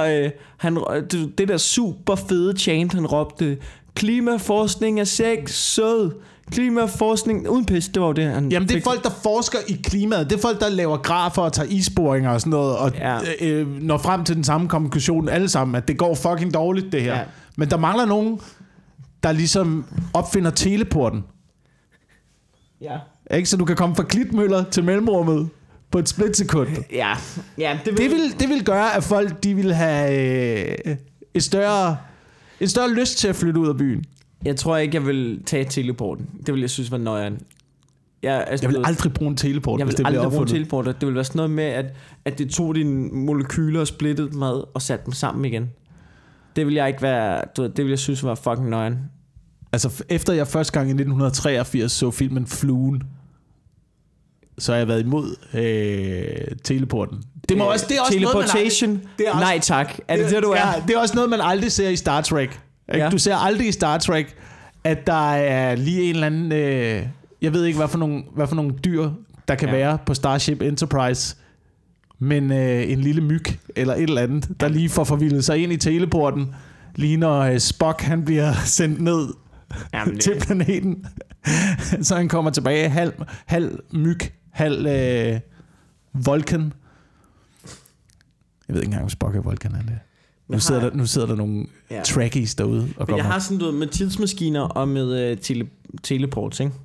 det der super fede chant, han råbte, klimaforskning er sex, sød. Klimaforskning uden pis, det var jo det han Jamen det er folk, der forsker i klimaet. Det er folk, der laver grafer og tager isboringer og sådan noget, og når frem til den samme konklusion alle sammen, at det går fucking dårligt det her. Men der mangler nogen, der ligesom opfinder teleporten. Ja. Ikke? Så du kan komme fra Klitmøller til mellemrummet på et splitsekund. Ja, det vil gøre, at folk de vil have en større lyst til at flytte ud af byen. Jeg tror ikke, jeg vil tage teleporten. Det vil jeg synes var nøjeren. Jeg vil aldrig bruge en teleport, hvis det bliver opfundet. Det vil være sådan noget med, at det tog dine molekyler og splittede mad og satte dem sammen igen. Det vil jeg ikke være. Det vil jeg synes var fucking nøjeren. Altså efter jeg første gang i 1983 så filmen Fluen, så har jeg været imod teleporten. Det er også teleportation. Noget, nej tak. Er det du er? Ja, det er også noget man aldrig ser i Star Trek. Ja. Du ser aldrig i Star Trek, at der er lige en eller anden, jeg ved ikke hvad for nogle dyr der kan være på Starship Enterprise, men en lille myg eller et eller andet, der lige får forvildet sig ind i teleporten, lige når Spock han bliver sendt ned til planeten, så han kommer tilbage halv myg, halv Vulcan. Jeg ved ikke engang om Spock er Vulcan eller det. Nu sidder der nogle trackies derude. Og jeg har sådan med tidsmaskiner og med teleports, ikke?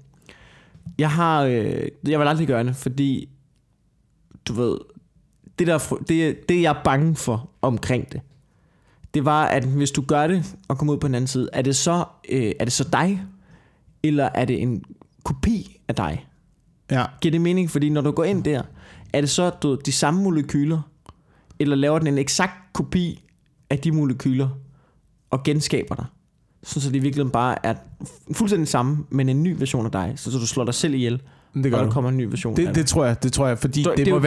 Jeg vil aldrig gøre det, fordi du ved, det jeg er bange for omkring det var, at hvis du gør det og kommer ud på den anden side, er det så dig, eller er det en kopi af dig? Ja. Giver det mening? Fordi når du går ind der, er det så de samme molekyler, eller laver den en eksakt kopi af de molekyler og genskaber dig, så det i virkeligheden bare er fuldstændig samme, men en ny version af dig, så du slår dig selv ihjel, og der kommer en ny version af dig. Det tror jeg, fordi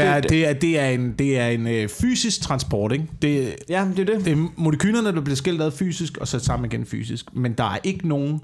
det er en fysisk transport, ikke? Det er det. Det er molekylerne, der bliver skilt ad fysisk og sat sammen igen fysisk, men der er ikke nogen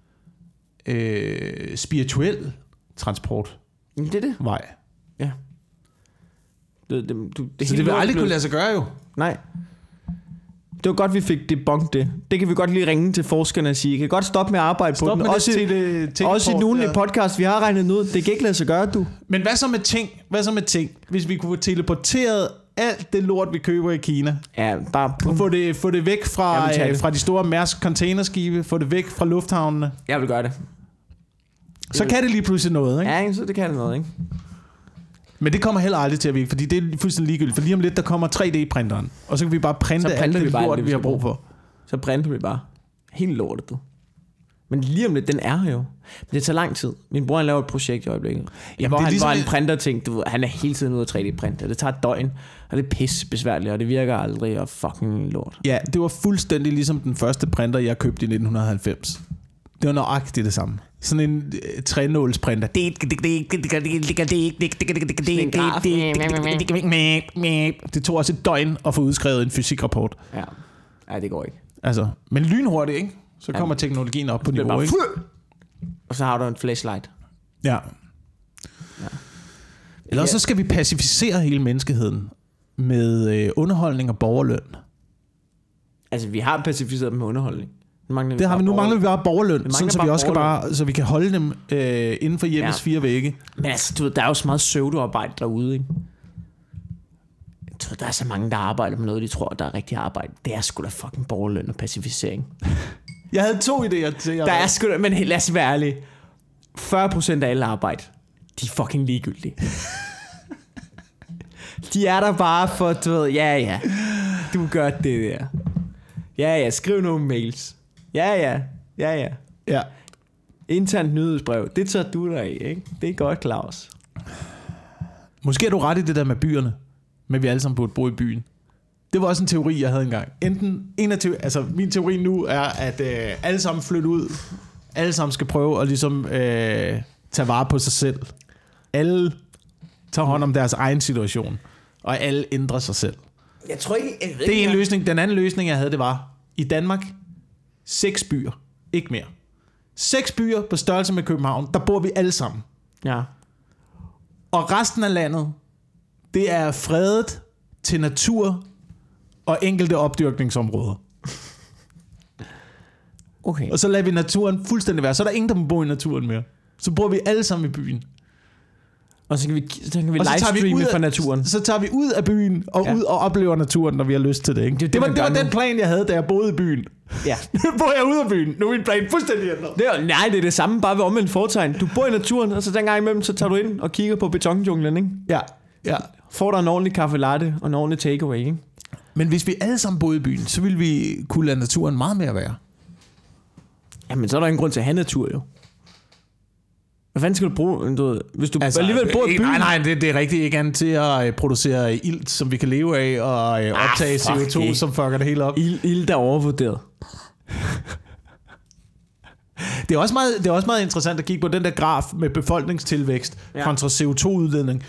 spirituel transport. Det er det. Vej. Ja. Så det vil aldrig kunne lade sig gøre jo. Nej. Det var godt, vi fik debunked det. Det kan vi godt lige ringe til forskerne og sige. I kan godt stoppe med at arbejde på den. Også i nogle podcast, vi har regnet ud. Det kan ikke lade sig gøre, du. Men hvad så med ting? Hvis vi kunne få teleporteret alt det lort, vi køber i Kina. Ja, bare få det væk fra de store Mærsk containerskibe. Få det væk fra lufthavnene. Jeg vil gøre det. Så kan det lige pludselig noget, ikke? Ja, så det kan det noget, ikke? Men det kommer heller aldrig til at virke, fordi det er fuldstændig ligegyldigt. For lige om lidt, der kommer 3D-printeren, og så kan vi bare printe alt det lort, vi har brug for. Så printer vi bare. Helt lortet, du. Men lige om lidt, den er her jo. Men det tager lang tid. Min bror han laver et projekt i øjeblikket. Jamen, hvor han printer ting. Du ved, han er hele tiden ude at 3D-printe. Det tager et døgn, og det er pisse besværligt, og det virker aldrig, og fucking lort. Ja, det var fuldstændig ligesom den første printer, jeg købte i 1990. Det var nøjagtigt det samme. Sådan en trænålsprinter. Det tog også et døgn at få udskrevet en fysikrapport. Ja, det går ikke. Altså, men lynhurtigt, ikke? Så kommer teknologien op på niveau, ikke? Og så har du en flashlight. Ja. Eller så skal vi pacificere hele menneskeheden med underholdning og borgerløn. Altså, vi har pacificeret dem med underholdning. Nu mangler vi bare borgerløn, sådan, så vi også skal så vi kan holde dem inden for hjemmets 4 vægge. Men altså, du ved, der er jo så meget pseudoarbejde derude, ikke? Der er så mange, der arbejder med noget, de tror, der er rigtig arbejde. Det er sgu da fucking borgerløn og pacificering. Jeg havde 2 idéer til jer. Der er sgu da, men lad os være ærlige. 40% af alle arbejde, de er fucking ligegyldige. De er der bare for, du ved, ja, du gør det der. Ja, skriv nogle mails. Ja. Internt nyhedsbrev, det tager du dig af, ikke? Det er godt, Claus. Måske er du ret i det der med byerne, men vi alle sammen burde bo i byen. Det var også en teori, jeg havde engang. Min teori nu er, at alle sammen flytter ud. Alle sammen skal prøve at ligesom tage vare på sig selv. Alle tager hånd om deres egen situation, og alle ændrer sig selv. Jeg tror ikke... Det er en løsning. Den anden løsning, jeg havde, det var i Danmark 6 byer. Ikke mere. 6 byer på størrelse med København. Der bor vi alle sammen. Ja. Og resten af landet, det er fredet til natur og enkelte opdyrkningsområder. Okay. Og så lader vi naturen fuldstændig være. Så er der ingen, der må bo i naturen mere. Så bor vi alle sammen i byen. Og så kan vi livestreame fra naturen. Så tager vi ud af byen og ud og oplever naturen, når vi har lyst til det. Ikke? Det var den plan, jeg havde, da jeg boede i byen. Ja. Nu bor jeg ude af byen. Nu er min plan fuldstændig ændret. Det er det samme, bare ved omvendt foretegn. Du bor i naturen, og så den gang imellem, så tager du ind og kigger på betonjunglen, ikke? Ja. Får der en ordentlig kaffe latte og en ordentlig takeaway, ikke? Men hvis vi alle sammen boede i byen, så ville vi kunne lade naturen meget mere være. Jamen, så er der ingen grund til at have natur, jo. Hvad fanden skal du bruge? Hvis du alligevel bor i byen... Nej, det er rigtigt ikke andet til at producere ilt, som vi kan leve af, og optage CO2, som fucker det hele op. Ilt er overvurderet. Det er også meget interessant at kigge på den der graf med befolkningstilvækst kontra CO2-udledning.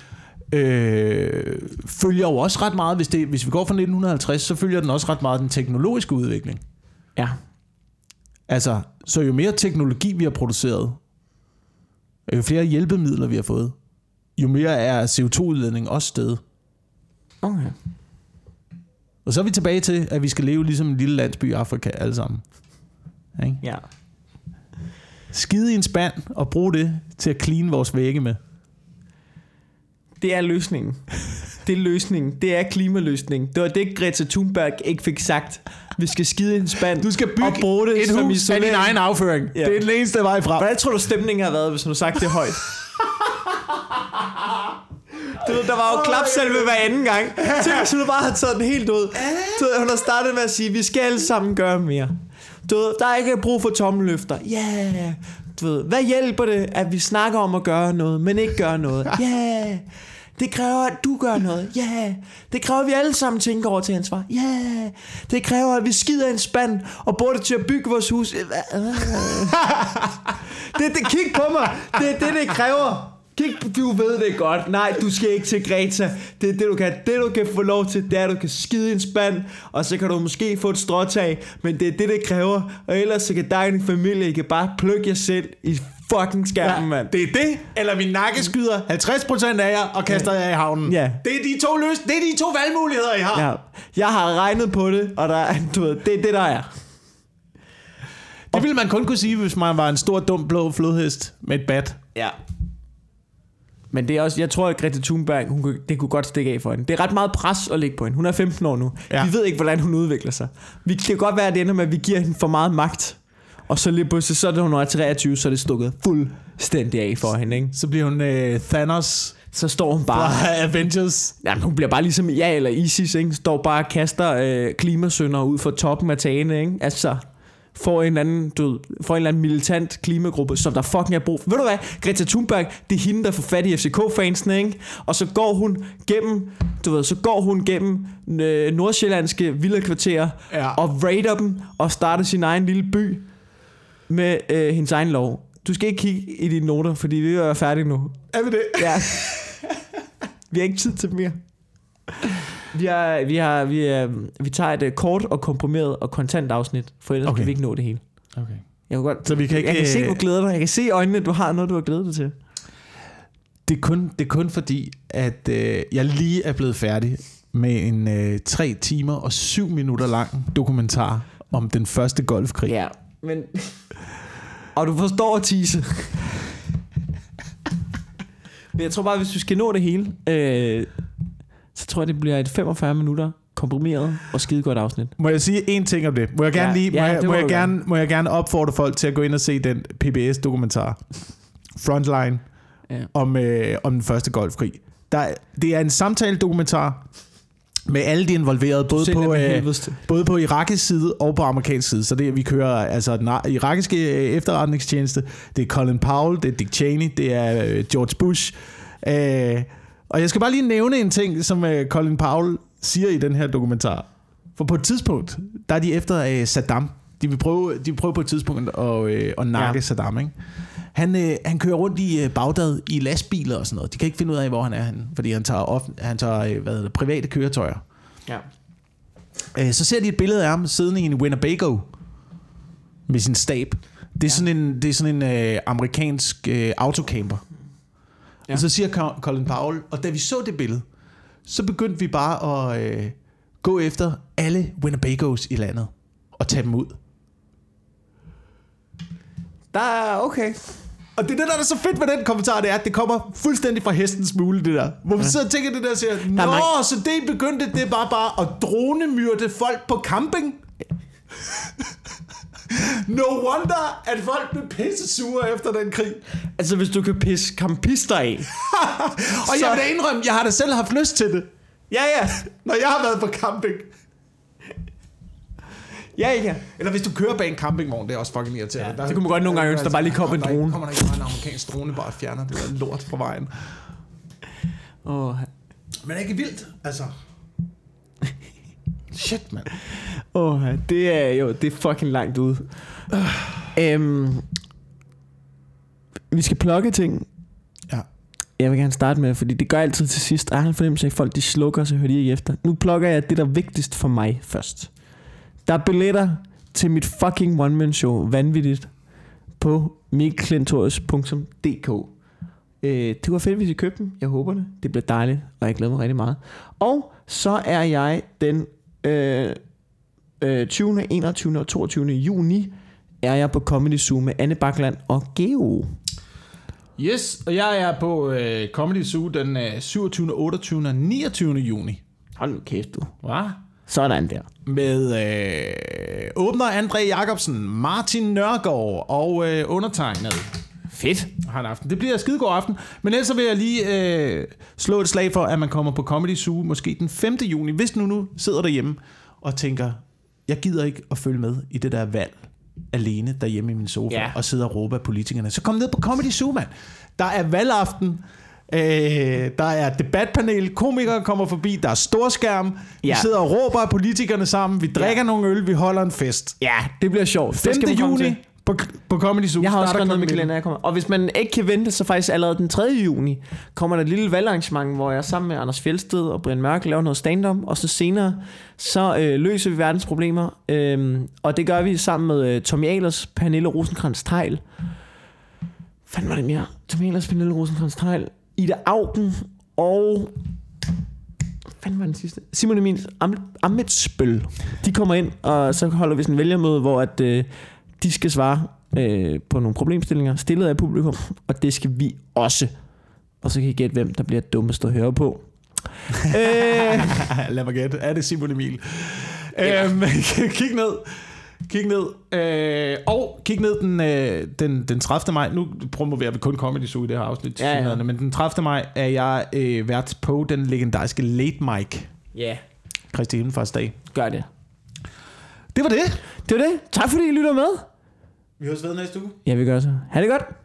Følger jo også ret meget, hvis vi går fra 1950, så følger den også ret meget den teknologiske udvikling. Ja. Altså, så jo mere teknologi vi har produceret, jo flere hjælpemidler vi har fået, jo mere er CO2-udledning også steget. Okay. Og så er vi tilbage til, at vi skal leve ligesom en lille landsby i Afrika alle sammen. Ikke? Ja. Skide i en spand og bruge det til at clean vores vægge med. Det er løsningen. Det er løsningen. Det er klimaløsningen. Det var det, Greta Thunberg ikke fik sagt. Vi skal skide i en spand. Du skal bygge og bruge det et hus af din egen afføring. Ja. Det er den eneste vej fra. Hvordan tror du, stemningen har været, hvis du sagt det højt? Du ved, der var jo klapsalve hver anden gang. Så du bare har taget den helt ud. Du ved, hun har startet med at sige, vi skal alle sammen gøre mere. Du ved, der er ikke brug for tommeløfter. Ja. Yeah. Du ved, hvad hjælper det, at vi snakker om at gøre noget, men ikke gøre noget? Ja. Yeah. Det kræver, at du gør noget. Ja. Yeah. Det kræver, at vi alle sammen tænker over til ansvar. Ja. Yeah. Det kræver, at vi skider en spand og bruger det til at bygge vores hus. Kig på mig. Det kræver. Du ved det godt. Nej, du skal ikke til Greta. Det er det, du kan. Det, du kan få lov til, det er, at du kan skide i en spand, og så kan du måske få et stråtag, men det er det kræver. Og ellers så kan dig og din familie, I kan bare plukke jer selv i fucking skærmen, mand. Det er det, eller vi nakkeskyder 50% af jer og kaster jer i havnen. Ja. Det er de to valgmuligheder, I har. Ja. Jeg har regnet på det, og det er det, der er. Det ville man kun kunne sige, hvis man var en stor, dum, blå flodhest med et bat. Ja. Men det er også, jeg tror, at Greta Thunberg, det kunne godt stikke af for hende. Det er ret meget pres at lægge på hende. Hun er 15 år nu. Ja. Vi ved ikke, hvordan hun udvikler sig. Det kan godt være, at det ender med, at vi giver hende for meget magt. Og så lige pludselig, så er det, hun er 23, så er det stukket fuldstændig af for hende, ikke? Så bliver hun Thanos. Så står hun bare... Fra Avengers. Jamen, hun bliver bare ligesom eller ISIS, ikke? Står bare og kaster klimasønder ud fra toppen af tagene, ikke? Altså, får en eller anden militant klimagruppe, som der fucking er brug for. Ved du hvad? Greta Thunberg, det er hende, der får fat i FCK-fansene, ikke? Og så går hun gennem, nordsjællandske villakvarterer og raider dem og starter sin egen lille by med hendes egen lov. Du skal ikke kigge i dine noter, fordi vi er færdige nu. Er vi det? Ja. Vi har ikke tid til mere. Vi tager et kort og komprimeret og kontant afsnit, for ellers kan vi ikke nå det hele. Okay. Så jeg kan se, du glæder dig. Jeg kan se i øjnene, at du har noget, du har glædet dig til. Det er kun fordi, at jeg lige er blevet færdig med en 3 timer og 7 minutter lang dokumentar om den første golfkrig. Ja, men... Og du forstår at tease. Men jeg tror bare, hvis du skal nå det hele, så tror jeg, det bliver et 45 minutter komprimeret og skidegodt afsnit. Må jeg sige en ting om det? Må jeg gerne opfordre folk til at gå ind og se den PBS-dokumentar Frontline om den første golfkrig. Det er en samtale-dokumentar med alle de involverede, både på irakisk side og på amerikansk side. Så det vi kører altså den irakiske efterretningstjeneste, det er Colin Powell, det er Dick Cheney, det er George Bush. Og jeg skal bare lige nævne en ting, som Colin Powell siger i den her dokumentar. For på et tidspunkt, der er de efter Saddam. De vil prøve på et tidspunkt at nakke Saddam, ikke? Han kører rundt i Bagdad i lastbiler og sådan noget. De kan ikke finde ud af, hvor han er henne, fordi han tager private køretøjer. Ja. Så ser de et billede af ham siddende i en Winnebago med sin stab. Det er sådan en amerikansk autocamper. Ja. Og så siger Colin Powell, og da vi så det billede, så begyndte vi bare at gå efter alle Winnebagos i landet og tage dem ud. Okay. Og det der er så fedt med den kommentar, det er, at det kommer fuldstændig fra hestens mule, det der. Hvor vi sidder og tænker det der og siger, så det begyndte det bare at dronemyrde folk på camping. No wonder, at folk blev pisse sure efter den krig. Altså, hvis du kan pisse campister af. Og jeg vil indrømme, jeg har da selv haft lyst til det. Ja. Når jeg har været på camping. Ja. Eller hvis du kører bag en campingvogn, det er også fucking irriterende. Ja, det kunne man godt nogle gange ønske, der bare lige kom en drone. Kommer der ikke bare en amerikansk drone, bare fjerner det der lort fra vejen. Men er ikke vildt, altså. Shit, mand. Det er fucking langt ude. Vi skal plukke ting. Ja. Jeg vil gerne starte med, fordi det gør altid til sidst. Jeg har en fornemmelse af, at folk de slukker, så hører de ikke efter. Nu plukker jeg det, der er vigtigst for mig først. Der er billetter til mit fucking one-man-show, vanvittigt, på mikkelklintorius.dk. Det var fedt, hvis I købte dem. Jeg håber det. Det bliver dejligt, og jeg glæder mig rigtig meget. Og så er jeg den 20., 21. og 22. juni er jeg på Comedy Zoo med Anne Bakland og Geo. Yes, og jeg er på Comedy Zoo den 27., 28. og 29. juni. Hold nu kæft, du. Hvad? Sådan der. Med åbner André Jacobsen, Martin Nørgaard og undertegnet. Fedt. Har en aften. Det bliver en skidegod aften. Men ellers så vil jeg lige slå et slag for, at man kommer på Comedy Zoo måske den 5. juni. Hvis nu sidder derhjemme og tænker, jeg gider ikke at følge med i det der valg alene derhjemme i min sofa og sidde og råbe af politikerne. Så kom ned på Comedy Zoo, mand. Der er valgaften. Der er debatpanel, komikere kommer forbi, der er storskærm, vi sidder og råber af politikerne sammen, vi drikker nogle øl, vi holder en fest. Ja, det bliver sjovt. 5. juni på Comedy Zoo. Jeg har også skrevet noget med kalender, jeg kommer. Og hvis man ikke kan vente, så faktisk allerede den 3. juni kommer der et lille valgarrangement, hvor jeg sammen med Anders Fjeldsted og Brian Mørk laver noget stand-up, og så senere så løser vi verdens problemer, og det gør vi sammen med Tommy Ahlers, Pernille Rosenkrantz-Theil. Hvad var det mere? Tommy Ahlers, Pernille Rosenkrantz-Theil, Ida Auken og hvad var den sidste? Simon Emil Amitsbøl. De kommer ind, og så holder vi sådan en vælgermøde, hvor at de skal svare på nogle problemstillinger stillet af publikum, og det skal vi også. Og så kan I gætte, hvem der bliver dummest at høre på. Lad mig gætte. Er det Simon Emil? Kig ned. Og kig ned den 30. maj. Nu promoverer vi kun Comedy Zoo i det her afsnit. Ja. Men den 30. maj er jeg vært på den legendariske Late Mike. Ja. Kristi Himmelfartsdag. Det Gør det. Det var det. Det var det. Tak fordi I lytter med. Vi høres ved næste uge. Ja, vi gør så. Ha' det godt.